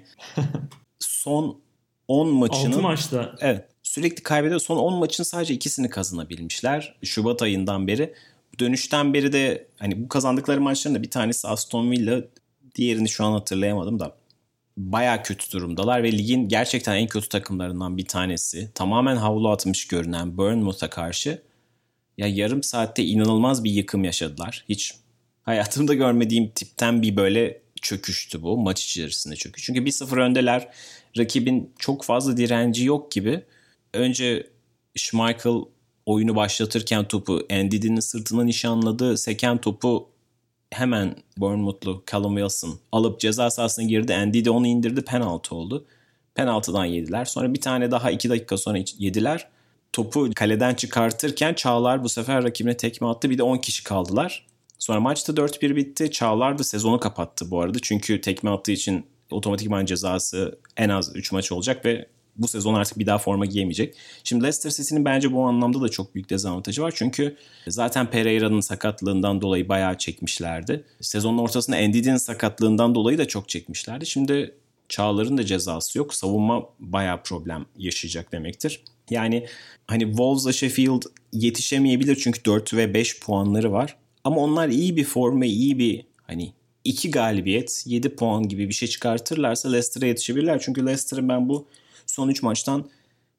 son 10 maçının 6 maçta evet, sürekli kaybediyor. Son 10 maçın sadece ikisini kazanabilmişler Şubat ayından beri. Dönüşten beri de hani bu kazandıkları maçların da bir tanesi Aston Villa, diğerini şu an hatırlayamadım da bayağı kötü durumdalar ve ligin gerçekten en kötü takımlarından bir tanesi. Tamamen havlu atmış görünen Bournemouth'a karşı ya yarım saatte inanılmaz bir yıkım yaşadılar. Hiç hayatımda görmediğim tipten bir böyle çöküştü bu maç içerisinde çöküş. Çünkü 1-0 öndeler. Rakibin çok fazla direnci yok gibi. Önce Schmeichel oyunu başlatırken topu Ndidi'nin sırtına nişanladı. Seken topu hemen Bournemouth'lu Callum Wilson alıp ceza sahasına girdi. Ndidi onu indirdi, penaltı oldu. Penaltıdan yediler. Sonra bir tane daha 2 dakika sonra yediler. Topu kaleden çıkartırken Çağlar bu sefer rakibine tekme attı. Bir de 10 kişi kaldılar. Sonra maçta 4-1 bitti. Çağlar da sezonu kapattı bu arada. Çünkü tekme attığı için otomatikman cezası en az 3 maç olacak ve bu sezon artık bir daha forma giyemeyecek. Şimdi Leicester City'nin bence bu anlamda da çok büyük dezavantajı var. Çünkü zaten Pereira'nın sakatlığından dolayı bayağı çekmişlerdi. Sezonun ortasında Ndidi'nin sakatlığından dolayı da çok çekmişlerdi. Şimdi Çağlar'ın da cezası yok. Savunma bayağı problem yaşayacak demektir. Yani hani Wolves'la Sheffield yetişemeyebilir çünkü 4 ve 5 puanları var. Ama onlar iyi bir form ve iyi bir hani 2 galibiyet 7 puan gibi bir şey çıkartırlarsa Leicester'a yetişebilirler. Çünkü Leicester'ın ben bu son 3 maçtan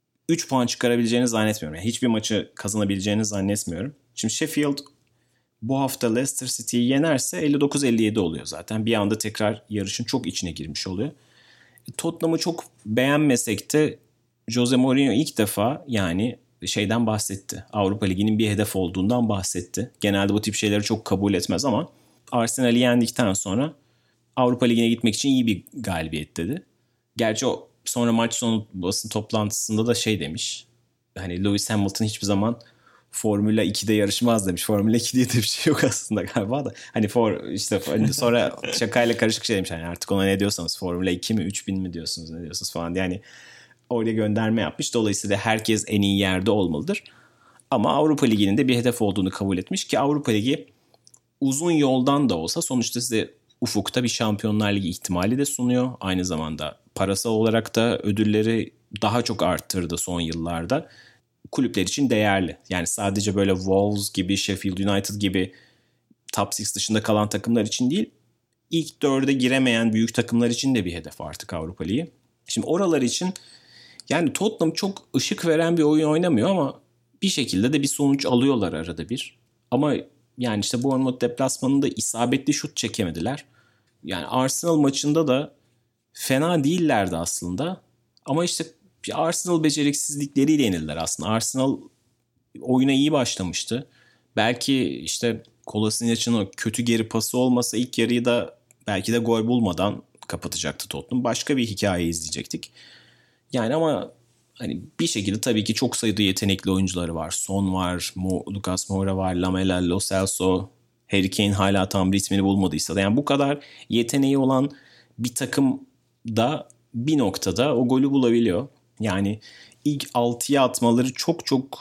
3 puan çıkarabileceğini zannetmiyorum. Yani hiçbir maçı kazanabileceğini zannetmiyorum. Şimdi Sheffield bu hafta Leicester City'yi yenerse 59-57 oluyor zaten. Bir anda tekrar yarışın çok içine girmiş oluyor. Tottenham'ı çok beğenmesek de Jose Mourinho ilk defa yani şeyden bahsetti. Avrupa Ligi'nin bir hedef olduğundan bahsetti. Genelde bu tip şeyleri çok kabul etmez ama Arsenal'i yendikten sonra Avrupa Ligi'ne gitmek için iyi bir galibiyet dedi. Gerçi o sonra maç sonu basın toplantısında da şey demiş. Hani Lewis Hamilton hiçbir zaman Formula 2'de yarışmaz demiş. Formula 2 diye de bir şey yok aslında galiba da. Hani sonra şakayla karışık şey demiş. Hani artık ona ne diyorsanız Formula 2 mi 3000 mi diyorsunuz, ne diyorsunuz falan. Yani oraya gönderme yapmış. Dolayısıyla herkes en iyi yerde olmalıdır. Ama Avrupa Ligi'nin de bir hedef olduğunu kabul etmiş ki Avrupa Ligi uzun yoldan da olsa sonuçta size ufukta bir Şampiyonlar Ligi ihtimali de sunuyor. Aynı zamanda parasal olarak da ödülleri daha çok arttırdı son yıllarda. Kulüpler için değerli. Yani sadece böyle Wolves gibi, Sheffield United gibi top 6 dışında kalan takımlar için değil, ilk 4'e giremeyen büyük takımlar için de bir hedef artık Avrupa Ligi. Şimdi oralar için yani Tottenham çok ışık veren bir oyun oynamıyor ama bir şekilde de bir sonuç alıyorlar arada bir. Ama yani işte Bournemouth deplasmanında isabetli şut çekemediler. Yani Arsenal maçında da fena değillerdi aslında. Ama işte Arsenal beceriksizlikleriyle yenildiler aslında. Arsenal oyuna iyi başlamıştı. Belki işte Kolasinaç'ın o kötü geri pası olmasa ilk yarıyı da belki de gol bulmadan kapatacaktı Tottenham. Başka bir hikaye izleyecektik. Yani ama hani bir şekilde tabii ki çok sayıda yetenekli oyuncuları var. Son var, Lucas Moura var, Lamela, Lo Celso, Harry Kane hala tam ritmini bulmadıysa da yani bu kadar yeteneği olan bir takım da bir noktada o golü bulabiliyor. Yani ilk 6'ya atmaları çok çok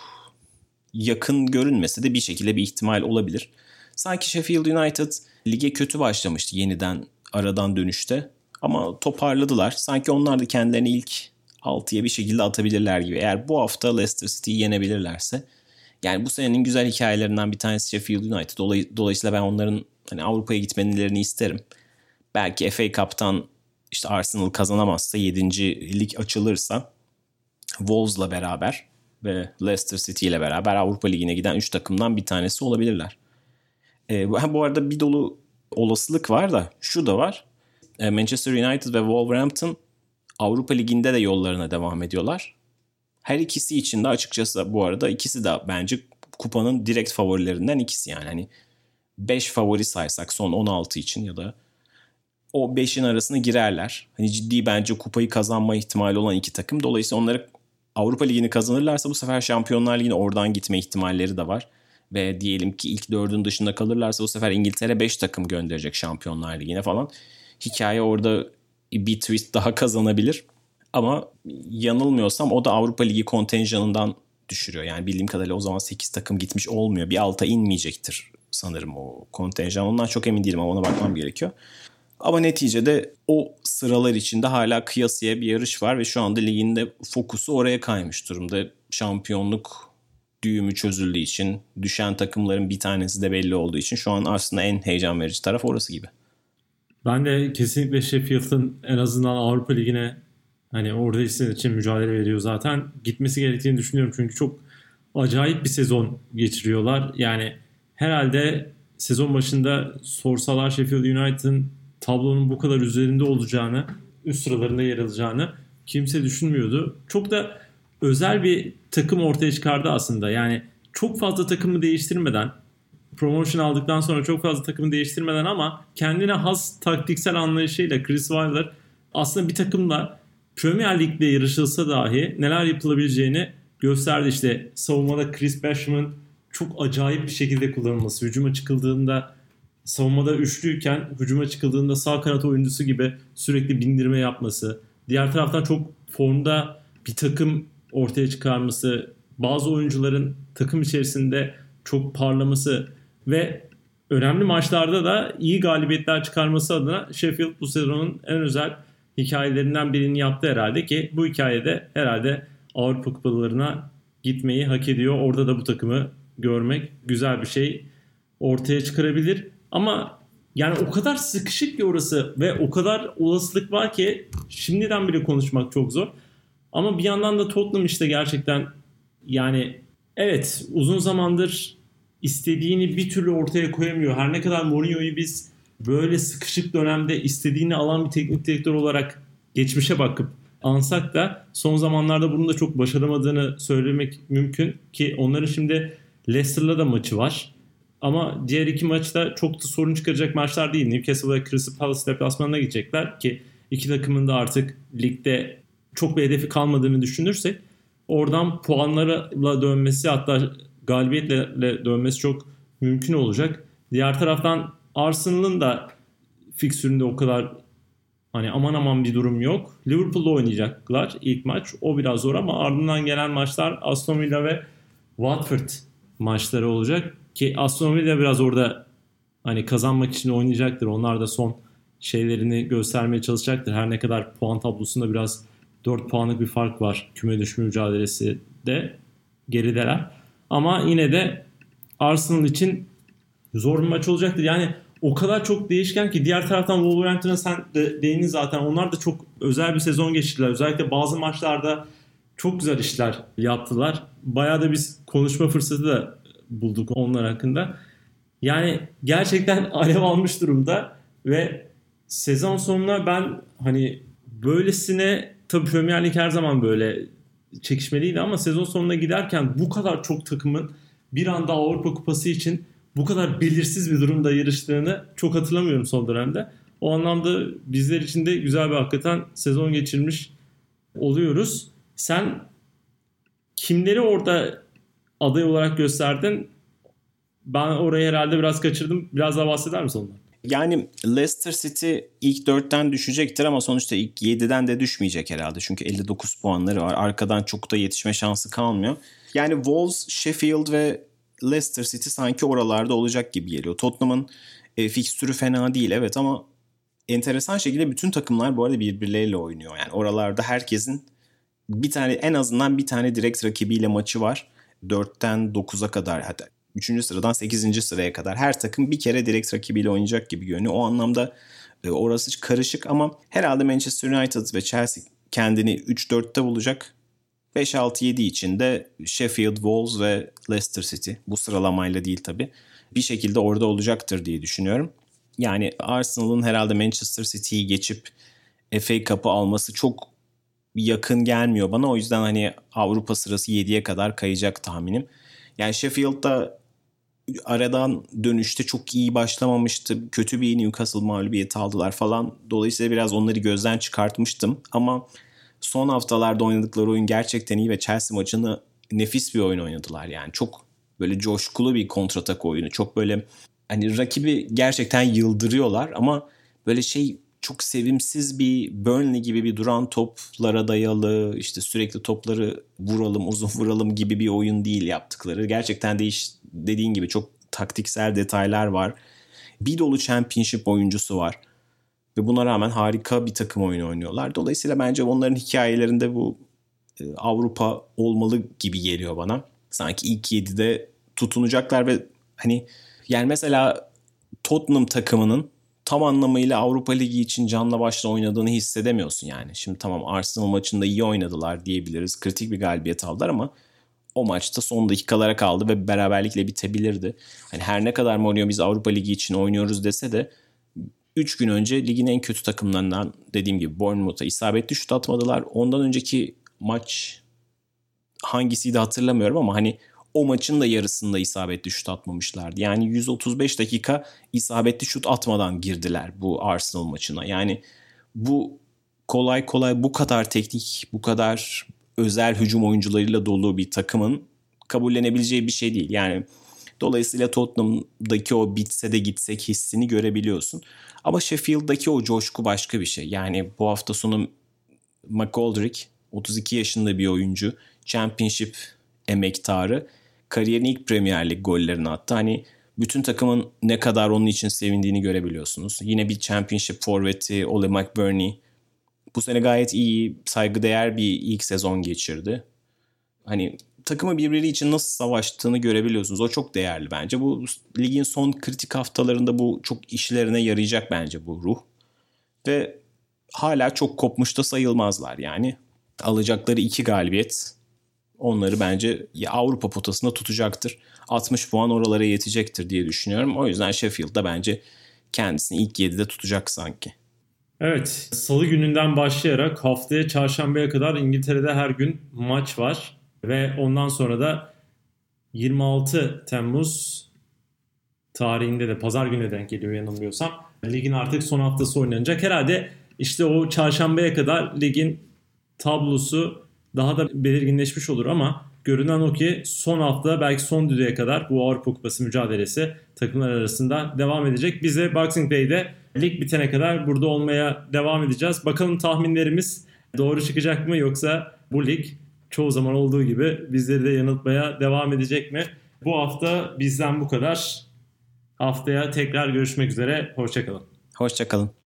yakın görünmese de bir şekilde bir ihtimal olabilir. Sanki Sheffield United lige kötü başlamıştı yeniden aradan dönüşte. Ama toparladılar. Sanki onlar da kendilerini ilk 6'ya bir şekilde atabilirler gibi. Eğer bu hafta Leicester City'yi yenebilirlerse, yani bu senenin güzel hikayelerinden bir tanesi Sheffield United. Dolayısıyla ben onların hani Avrupa'ya gitmelerini isterim. Belki FA Cup'tan işte Arsenal kazanamazsa 7. lig açılırsa Wolves'la beraber ve Leicester City ile beraber Avrupa Ligi'ne giden 3 takımdan bir tanesi olabilirler. Bu arada bir dolu olasılık var da şu da var. Manchester United ve Wolverhampton Avrupa Ligi'nde de yollarına devam ediyorlar. Her ikisi için de açıkçası bu arada ikisi de bence kupanın direkt favorilerinden ikisi yani. Hani 5 favori saysak son 16 için ya da o 5'in arasına girerler. Hani ciddi bence kupayı kazanma ihtimali olan iki takım. Dolayısıyla onları Avrupa Ligi'ni kazanırlarsa bu sefer Şampiyonlar Ligi'ne oradan gitme ihtimalleri de var. Ve diyelim ki ilk 4'ün dışında kalırlarsa bu sefer İngiltere 5 takım gönderecek Şampiyonlar Ligi'ne falan. Hikaye orada bir twist daha kazanabilir. Ama yanılmıyorsam o da Avrupa Ligi kontenjanından düşürüyor. Yani bildiğim kadarıyla o zaman 8 takım gitmiş olmuyor. Bir alta inmeyecektir sanırım o kontenjan. Ondan çok emin değilim ama ona bakmam gerekiyor. Ama neticede o sıralar içinde hala kıyasıya bir yarış var ve şu anda ligin de fokusu oraya kaymış durumda. Şampiyonluk düğümü çözüldüğü için, düşen takımların bir tanesi de belli olduğu için şu an aslında en heyecan verici taraf orası gibi. Ben de kesinlikle Sheffield'ın en azından Avrupa Ligi'ne hani orada için mücadele veriyor zaten. Gitmesi gerektiğini düşünüyorum çünkü çok acayip bir sezon geçiriyorlar. Yani herhalde sezon başında sorsalar Sheffield United'ın tablonun bu kadar üzerinde olacağını, üst sıralarında yer alacağını kimse düşünmüyordu. Çok da özel bir takım ortaya çıkardı aslında. Yani çok fazla takımı değiştirmeden, promotion aldıktan sonra çok fazla takımı değiştirmeden ama kendine has taktiksel anlayışıyla Chris Wilder aslında bir takımla Premier Lig'de yarışılsa dahi neler yapılabileceğini gösterdi. İşte savunmada Chris Basham'ın çok acayip bir şekilde kullanılması, hücuma çıkıldığında savunmada üçlüyken hücuma çıkıldığında sağ kanat oyuncusu gibi sürekli bindirme yapması, diğer taraftan çok formda bir takım ortaya çıkarması, bazı oyuncuların takım içerisinde çok parlaması ve önemli maçlarda da iyi galibiyetler çıkarması adına Sheffield bu sezonun en özel hikayelerinden birini yaptı herhalde ki bu hikayede herhalde Avrupa Kupalarına gitmeyi hak ediyor. Orada da bu takımı görmek güzel bir şey ortaya çıkarabilir. Ama yani o kadar sıkışık ki orası ve o kadar olasılık var ki şimdiden bile konuşmak çok zor. Ama bir yandan da Tottenham işte gerçekten yani evet uzun zamandır istediğini bir türlü ortaya koyamıyor. Her ne kadar Mourinho'yu biz böyle sıkışık dönemde istediğini alan bir teknik direktör olarak geçmişe bakıp ansak da son zamanlarda bunu da çok başaramadığını söylemek mümkün ki onların şimdi Leicester'la da maçı var. Ama diğer iki maçta çok da sorun çıkaracak maçlar değil. Newcastle ve Crystal Palace deplasmanına gidecekler ki iki takımın da artık ligde çok bir hedefi kalmadığını düşünürsek oradan puanlarla dönmesi hatta galibiyetle dönmesi çok mümkün olacak. Diğer taraftan Arsenal'ın da fiksüründe o kadar hani aman aman bir durum yok. Liverpool'la oynayacaklar ilk maç. O biraz zor ama ardından gelen maçlar Aston Villa ve Watford maçları olacak. Ki Aston Villa biraz orada hani kazanmak için oynayacaktır. Onlar da son şeylerini göstermeye çalışacaktır. Her ne kadar puan tablosunda biraz 4 puanlık bir fark var. Küme düşme mücadelesi de gerideler. Ama yine de Arsenal için zor bir maç olacaktır. Yani o kadar çok değişken ki diğer taraftan Wolverhampton'a sen de değindin zaten. Onlar da çok özel bir sezon geçirdiler. Özellikle bazı maçlarda çok güzel işler yaptılar. Bayağı da biz konuşma fırsatı da bulduk onlar hakkında. Yani gerçekten alev almış durumda ve sezon sonuna ben hani böylesine tabii Premier Lig her zaman böyle çekişmeliydi ama sezon sonuna giderken bu kadar çok takımın bir anda Avrupa Kupası için bu kadar belirsiz bir durumda yarıştığını çok hatırlamıyorum son dönemde. O anlamda bizler için de güzel bir hakikaten sezon geçirmiş oluyoruz. Sen kimleri orada aday olarak gösterdin? Ben orayı herhalde biraz kaçırdım. Biraz daha bahseder misin ondan? Yani Leicester City ilk 4'ten düşecektir ama sonuçta ilk 7'den de düşmeyecek herhalde. Çünkü 59 puanları var. Arkadan çok da yetişme şansı kalmıyor. Yani Wolves, Sheffield ve Leicester City sanki oralarda olacak gibi geliyor. Tottenham'ın fikstürü fena değil evet ama enteresan şekilde bütün takımlar bu arada birbirleriyle oynuyor. Yani oralarda herkesin bir tane, en azından bir tane direkt rakibiyle maçı var. 4'ten 9'a kadar, hatta 3. sıradan 8. sıraya kadar her takım bir kere direkt rakibiyle oynayacak gibi görünüyor. O anlamda orası karışık ama herhalde Manchester United ve Chelsea kendini 3-4'te bulacak. 5-6-7 için de Sheffield, Wolves ve Leicester City, bu sıralamayla değil tabii, bir şekilde orada olacaktır diye düşünüyorum. Yani Arsenal'ın herhalde Manchester City'yi geçip FA Cup'ı alması çok yakın gelmiyor bana. O yüzden hani Avrupa sırası 7'ye kadar kayacak tahminim. Yani Sheffield'da aradan dönüşte çok iyi başlamamıştı. Kötü bir Newcastle mağlubiyeti aldılar falan. Dolayısıyla biraz onları gözden çıkartmıştım. Ama son haftalarda oynadıkları oyun gerçekten iyi ve Chelsea maçını nefis bir oyun oynadılar. Yani çok böyle coşkulu bir kontratak oyunu. Çok böyle hani rakibi gerçekten yıldırıyorlar ama böyle çok sevimsiz bir Burnley gibi bir duran toplara dayalı, işte sürekli topları vuralım, uzun vuralım gibi bir oyun değil yaptıkları. Gerçekten dediğin gibi çok taktiksel detaylar var. Bir dolu Championship oyuncusu var. Ve buna rağmen harika bir takım oyunu oynuyorlar. Dolayısıyla bence onların hikayelerinde bu Avrupa olmalı gibi geliyor bana. Sanki ilk 7'de tutunacaklar ve hani yani mesela Tottenham takımının tam anlamıyla Avrupa Ligi için canla başla oynadığını hissedemiyorsun yani. Şimdi tamam, Arsenal maçında iyi oynadılar diyebiliriz. Kritik bir galibiyet aldılar ama o maçta son dakikalara kaldı ve beraberlikle bitebilirdi. Hani her ne kadar Mourinho biz Avrupa Ligi için oynuyoruz dese de 3 gün önce ligin en kötü takımlarından, dediğim gibi Bournemouth'a isabetli şut atmadılar. Ondan önceki maç hangisiydi hatırlamıyorum ama hani o maçın da yarısında isabetli şut atmamışlardı. Yani 135 dakika isabetli şut atmadan girdiler bu Arsenal maçına. Yani bu kolay kolay bu kadar teknik, bu kadar özel hücum oyuncularıyla dolu bir takımın kabullenebileceği bir şey değil. Yani dolayısıyla Tottenham'daki o bitse de gitsek hissini görebiliyorsun. Ama Sheffield'daki o coşku başka bir şey. Yani bu hafta sonu McGoldrick 32 yaşında bir oyuncu. Championship emektarı. Kariyerin ilk Premier Lig gollerini attı. Hani bütün takımın ne kadar onun için sevindiğini görebiliyorsunuz. Yine bir Championship forveti Ole McBurney. Bu sene gayet iyi, saygıdeğer bir ilk sezon geçirdi. Hani takımı birbiri için nasıl savaştığını görebiliyorsunuz. O çok değerli bence. Bu ligin son kritik haftalarında bu çok işlerine yarayacak bence bu ruh. Ve hala çok kopmuş da sayılmazlar yani. Alacakları 2 galibiyet onları bence Avrupa potasında tutacaktır. 60 puan oralara yetecektir diye düşünüyorum. O yüzden Sheffield'da bence kendisini ilk 7'de tutacak sanki. Evet, Salı gününden başlayarak haftaya Çarşamba'ya kadar İngiltere'de her gün maç var. Ve ondan sonra da 26 Temmuz tarihinde de Pazar gününe denk geliyor yanılmıyorsam. Ligin artık son haftası oynanacak. Herhalde işte o Çarşamba'ya kadar ligin tablosu daha da belirginleşmiş olur ama görünen o ki son hafta, belki son düdüğe kadar bu Avrupa Kupası mücadelesi takımlar arasında devam edecek. Biz de Boxing Day'de lig bitene kadar burada olmaya devam edeceğiz. Bakalım tahminlerimiz doğru çıkacak mı, yoksa bu lig çoğu zaman olduğu gibi bizleri de yanıltmaya devam edecek mi? Bu hafta bizden bu kadar. Haftaya tekrar görüşmek üzere. Hoşça kalın. Hoşça kalın.